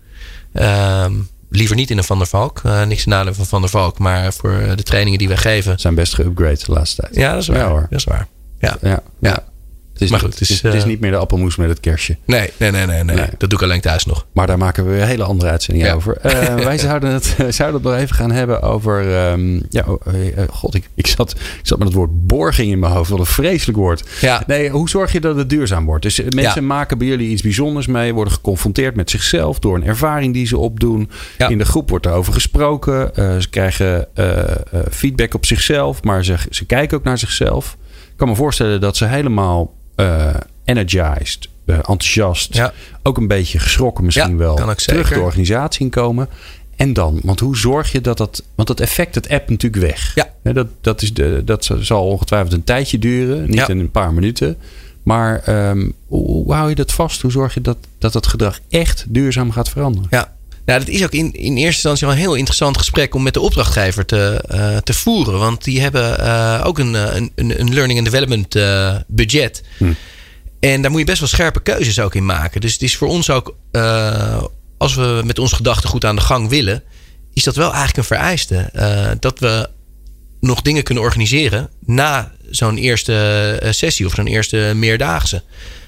Uh, liever niet in een Van der Valk. Uh, niks nadeel van Van der Valk, maar voor de trainingen die wij geven. Zijn best geüpgrade de laatste tijd. Ja, dat is waar. Ja, hoor. Dat is waar. Ja, ja. ja. ja. Het is, maar goed, het is, het, is, uh, het is niet meer de appelmoes met het kerstje. Nee, nee, nee, nee, nee. nee. Dat doe ik alleen thuis nog. Maar daar maken we een hele andere uitzending ja. over. Uh, wij zouden het, zouden het nog even gaan hebben over... Um, ja, uh, god, ik, ik, zat, ik zat met het woord borging in mijn hoofd. Wat een vreselijk woord. Ja. Nee, hoe zorg je dat het duurzaam wordt? Dus mensen ja. maken bij jullie iets bijzonders mee. Worden geconfronteerd met zichzelf door een ervaring die ze opdoen. Ja. In de groep wordt erover gesproken. Uh, ze krijgen uh, uh, feedback op zichzelf. Maar ze, ze kijken ook naar zichzelf. Ik kan me voorstellen dat ze helemaal... Uh, energized, uh, enthousiast, ja. ook een beetje geschrokken misschien ja, wel, terug de organisatie inkomen. En dan, want hoe zorg je dat dat... Want dat effect, het app natuurlijk weg. Ja. He, dat, dat, is de, dat zal ongetwijfeld een tijdje duren, niet ja. in een paar minuten. Maar um, hoe, hoe hou je dat vast? Hoe zorg je dat dat, dat gedrag echt duurzaam gaat veranderen? Ja. Nou, dat is ook in, in eerste instantie wel een heel interessant gesprek om met de opdrachtgever te, uh, te voeren. Want die hebben uh, ook een, een, een learning and development uh, budget. Hm. En daar moet je best wel scherpe keuzes ook in maken. Dus het is voor ons ook, uh, als we met ons gedachtegoed aan de gang willen, is dat wel eigenlijk een vereiste. Uh, dat we nog dingen kunnen organiseren na zo'n eerste sessie of zo'n eerste meerdaagse.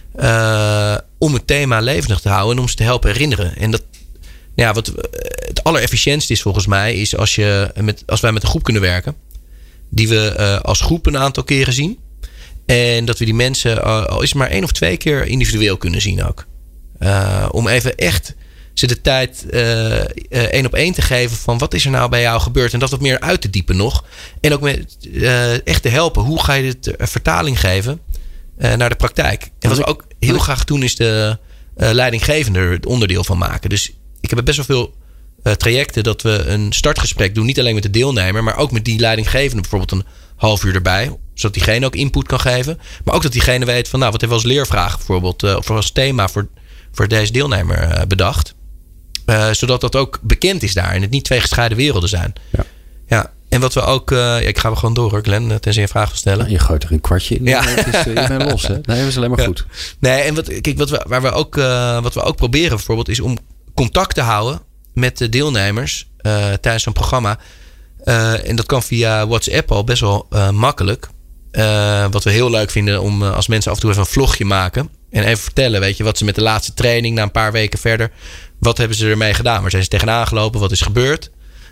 Uh, om het thema levendig te houden en om ze te helpen herinneren. En dat Ja, wat het allerefficiëntste is volgens mij, is als, je met, als wij met een groep kunnen werken. Die we uh, als groep een aantal keren zien. En dat we die mensen, uh, al is het maar één of twee keer individueel kunnen zien ook. Uh, om even echt ze de tijd uh, uh, één op één te geven van wat is er nou bij jou gebeurd. En dat wat meer uit te diepen nog. En ook met, uh, echt te helpen. Hoe ga je dit uh, vertaling geven uh, naar de praktijk. En wat we ook heel graag doen is de uh, leidinggevende er het onderdeel van maken. Dus ik heb best wel veel uh, trajecten dat we een startgesprek doen. Niet alleen met de deelnemer, maar ook met die leidinggevende. Bijvoorbeeld een half uur erbij. Zodat diegene ook input kan geven. Maar ook dat diegene weet van nou, wat hebben we als leervraag bijvoorbeeld. Uh, of als thema voor, voor deze deelnemer uh, bedacht. Uh, zodat dat ook bekend is daar. En het niet twee gescheiden werelden zijn. Ja. ja. En wat we ook... Uh, ja, ik ga we gewoon door hoor, Glenn. Tenzij je een vraag wil stellen. Nou, je gooit er een kwartje in. Ja. Het is, uh, je bent los hè. Nee, dat is alleen maar ja. goed. Nee, en wat, kijk, wat, we, waar we ook, uh, wat we ook proberen bijvoorbeeld is om contact te houden met de deelnemers uh, tijdens zo'n programma. Uh, en dat kan via WhatsApp al best wel uh, makkelijk. Uh, wat we heel leuk vinden om uh, als mensen af en toe even een vlogje maken. En even vertellen, weet je, wat ze met de laatste training na een paar weken verder. Wat hebben ze ermee gedaan? Waar zijn ze tegenaan gelopen? Wat is gebeurd?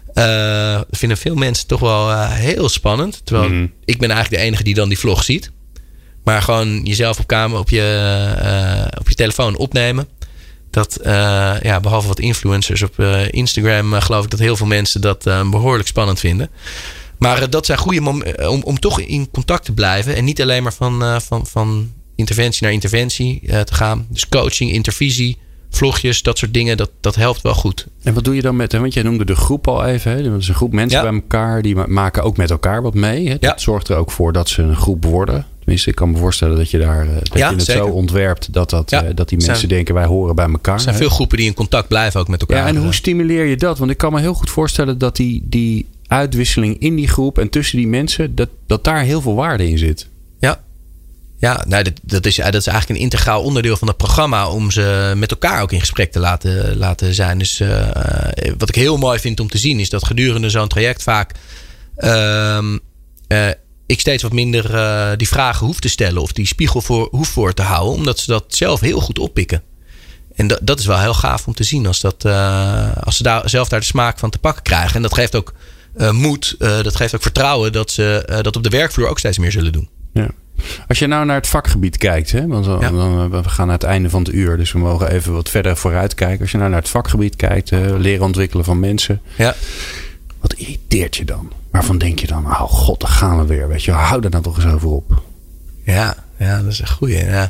Uh, dat vinden veel mensen toch wel uh, heel spannend. Terwijl mm-hmm. ik ben eigenlijk de enige die dan die vlog ziet. Maar gewoon jezelf op kamer, op je, uh, op je telefoon opnemen. Dat, uh, ja, behalve wat influencers op uh, Instagram, uh, geloof ik dat heel veel mensen dat uh, behoorlijk spannend vinden. Maar uh, dat zijn goede momenten om, om toch in contact te blijven. En niet alleen maar van, uh, van, van interventie naar interventie uh, te gaan. Dus coaching, intervisie, vlogjes, dat soort dingen, dat, dat helpt wel goed. En wat doe je dan met, want jij noemde de groep al even. Hè? Dat is een groep mensen ja. bij elkaar, die maken ook met elkaar wat mee. Hè? Dat ja. zorgt er ook voor dat ze een groep worden. Tenminste, ik kan me voorstellen dat je daar dat ja, je het zeker. zo ontwerpt dat, dat, ja. uh, dat die mensen zijn, denken wij horen bij elkaar. Er zijn hè? veel groepen die in contact blijven ook met elkaar. Ja, en hoe stimuleer je dat? Want ik kan me heel goed voorstellen dat die, die uitwisseling in die groep en tussen die mensen, dat, dat daar heel veel waarde in zit. Ja, Ja, nou, dat, dat, is, dat is eigenlijk een integraal onderdeel van het programma om ze met elkaar ook in gesprek te laten, laten zijn. Dus uh, wat ik heel mooi vind om te zien is dat gedurende zo'n traject vaak uh, uh, ik steeds wat minder uh, die vragen hoef te stellen of die spiegel voor, hoef voor te houden, omdat ze dat zelf heel goed oppikken. En dat, dat is wel heel gaaf om te zien als, dat, uh, als ze daar, zelf daar de smaak van te pakken krijgen. En dat geeft ook uh, moed, uh, dat geeft ook vertrouwen dat ze uh, dat op de werkvloer ook steeds meer zullen doen. Ja. Als je nou naar het vakgebied kijkt, hè, want we, ja. dan, we gaan naar het einde van het uur, dus we mogen even wat verder vooruit kijken. Als je nou naar het vakgebied kijkt, uh, leren ontwikkelen van mensen. Ja. Wat irriteert je dan? Waarvan denk je dan, oh god, daar gaan we weer. Weet je, hou daar nou toch eens over op. Ja, ja, dat is een goeie. Ja.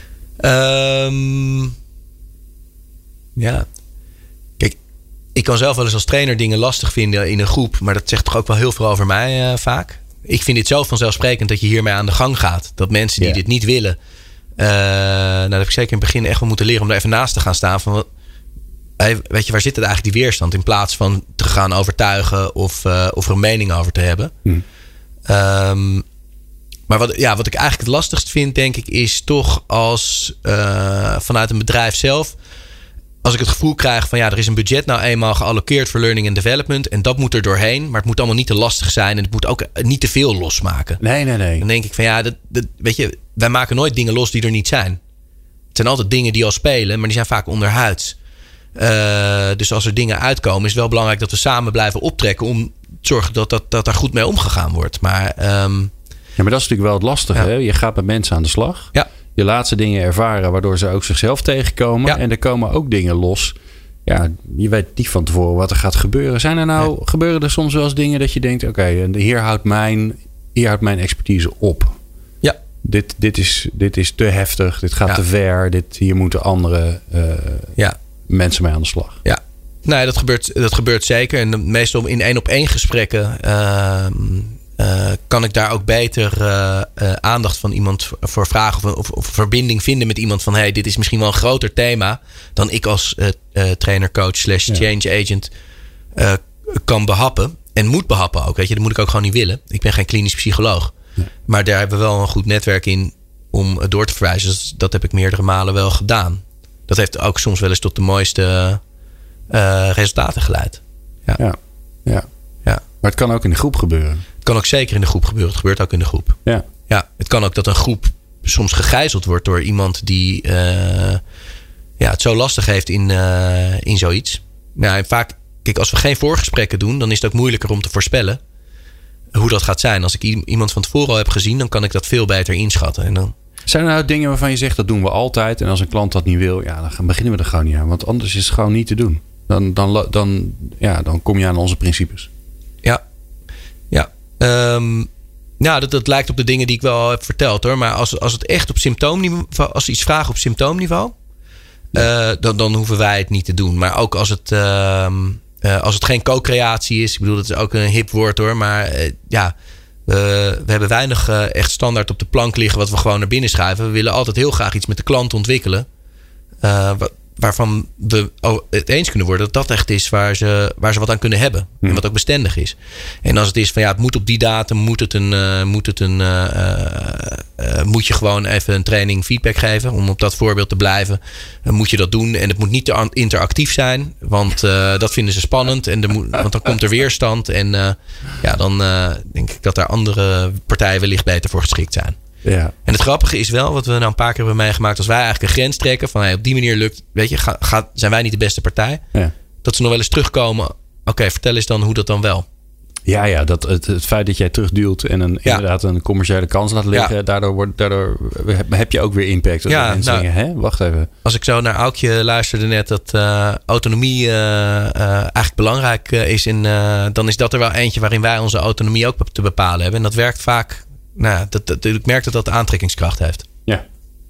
Um, ja. Kijk, ik kan zelf wel eens als trainer dingen lastig vinden in een groep, maar dat zegt toch ook wel heel veel over mij uh, vaak. Ik vind het zo vanzelfsprekend dat je hiermee aan de gang gaat. Dat mensen die yeah. dit niet willen, uh, nou, dat heb ik zeker in het begin echt wel moeten leren om er even naast te gaan staan van, weet je, waar zit het eigenlijk die weerstand? In plaats van te gaan overtuigen of, uh, of er een mening over te hebben. Mm. Um, maar wat, ja, wat ik eigenlijk het lastigst vind, denk ik, is toch als uh, vanuit een bedrijf zelf, als ik het gevoel krijg van ja, er is een budget nou eenmaal gealloceerd voor learning and development en dat moet er doorheen, maar het moet allemaal niet te lastig zijn en het moet ook niet te veel losmaken. Nee, nee, nee. Dan denk ik van ja, dat, dat, weet je, wij maken nooit dingen los die er niet zijn. Het zijn altijd dingen die al spelen, maar die zijn vaak onderhuids. Uh, dus als er dingen uitkomen, is het wel belangrijk dat we samen blijven optrekken om te zorgen dat, dat, dat daar goed mee omgegaan wordt. Maar, um, ja, maar dat is natuurlijk wel het lastige. Ja. Hè? Je gaat met mensen aan de slag. Ja. Je laat ze dingen ervaren waardoor ze ook zichzelf tegenkomen. Ja. En er komen ook dingen los. Ja, je weet niet van tevoren wat er gaat gebeuren. Zijn er nou, ja. gebeuren er soms wel eens dingen dat je denkt, oké, okay, hier houdt mijn, hier houdt mijn expertise op. Ja. Dit, dit, is, dit is te heftig, dit gaat ja. te ver. Dit, hier moeten andere uh, ja. mensen mee aan de slag. Ja. Nee, dat gebeurt, dat gebeurt zeker. En meestal in één op één gesprekken Uh, Uh, kan ik daar ook beter uh, uh, aandacht van iemand voor vragen of, of, of verbinding vinden met iemand van hey, dit is misschien wel een groter thema dan ik als uh, uh, trainer, coach slash change agent uh, kan behappen en moet behappen ook. Weet je, dat moet ik ook gewoon niet willen. Ik ben geen klinisch psycholoog, ja. maar daar hebben we wel een goed netwerk in om door te verwijzen. Dus dat heb ik meerdere malen wel gedaan. Dat heeft ook soms wel eens tot de mooiste uh, resultaten geleid. Ja. Ja. Ja. Ja. Maar het kan ook in de groep gebeuren. Het kan ook zeker in de groep gebeuren. Het gebeurt ook in de groep. Ja. Ja, het kan ook dat een groep soms gegijzeld wordt door iemand die uh, ja, het zo lastig heeft in, uh, in zoiets. Nou, en vaak, kijk, als we geen voorgesprekken doen, dan is het ook moeilijker om te voorspellen hoe dat gaat zijn. Als ik iemand van tevoren al heb gezien, dan kan ik dat veel beter inschatten. En dan... Zijn er nou dingen waarvan je zegt, dat doen we altijd. En als een klant dat niet wil, ja, dan beginnen we er gewoon niet aan. Want anders is het gewoon niet te doen. Dan, dan, dan, ja, dan kom je aan onze principes. Ja, ja. Um, ja, dat, dat lijkt op de dingen die ik wel heb verteld hoor. Maar als, als het echt op symptoomniveau, als ze iets vragen op symptoomniveau, ja. uh, dan, dan hoeven wij het niet te doen. Maar ook als het, uh, uh, als het geen co-creatie is, ik bedoel, dat is ook een hip woord hoor. Maar uh, ja, uh, we hebben weinig uh, echt standaard op de plank liggen wat we gewoon naar binnen schuiven. We willen altijd heel graag iets met de klant ontwikkelen. Uh, wat, waarvan we het eens kunnen worden dat dat echt is waar ze, waar ze wat aan kunnen hebben. Hmm. En wat ook bestendig is. En als het is van ja, het moet op die datum, moet het een, uh, moet het een, uh, uh, moet je gewoon even een training feedback geven. Om op dat voorbeeld te blijven. Dan moet je dat doen. En het moet niet te interactief zijn. Want uh, dat vinden ze spannend. En er moet, want dan komt er weerstand. En uh, ja, dan uh, denk ik dat daar andere partijen wellicht beter voor geschikt zijn. Ja. En het grappige is wel, wat we nou een paar keer hebben meegemaakt, als wij eigenlijk een grens trekken van hey, op die manier lukt, weet je, ga, ga, zijn wij niet de beste partij? Ja. Dat ze nog wel eens terugkomen. Oké, okay, vertel eens dan hoe dat dan wel. Ja, ja, dat, het, het feit dat jij terugduwt en een, ja. inderdaad een commerciële kans laat liggen, ja. daardoor, wordt, daardoor heb je ook weer impact. Dat ja, mensen nou, zeggen, hè, wacht even. Als ik zo naar Aukje luisterde net, dat uh, autonomie uh, uh, eigenlijk belangrijk uh, is, en uh, dan is dat er wel eentje waarin wij onze autonomie ook te bepalen hebben. En dat werkt vaak. Nou, dat, dat, ik merk dat dat de aantrekkingskracht heeft. Ja,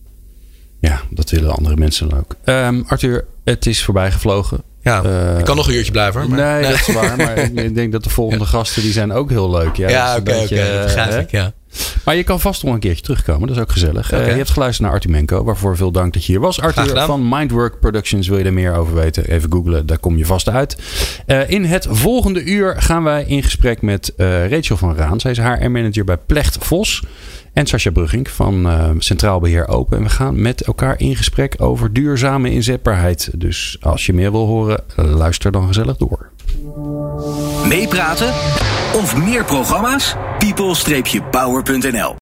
ja, dat willen andere mensen ook. Um, Arthur, het is voorbij gevlogen. Ja, uh, ik kan nog een uurtje blijven. Hoor, maar, nee, nee, dat is waar. Maar ik denk dat de volgende ja. gasten, die zijn ook heel leuk. Ja, ja oké, oké. Dat begrijp ik, ja. Maar je kan vast nog een keertje terugkomen. Dat is ook gezellig. Okay. Uh, je hebt geluisterd naar Arthur Menko. Waarvoor veel dank dat je hier was. Arthur van Mindwork Productions. Wil je er meer over weten? Even googlen. Daar kom je vast uit. Uh, in het volgende uur gaan wij in gesprek met uh, Rachel van Raan. Zij is H R-manager bij Plecht Vos. En Sascha Bruggink van uh, Centraal Beheer Open. En we gaan met elkaar in gesprek over duurzame inzetbaarheid. Dus als je meer wil horen, luister dan gezellig door. Meepraten of meer programma's? people dash power punt n l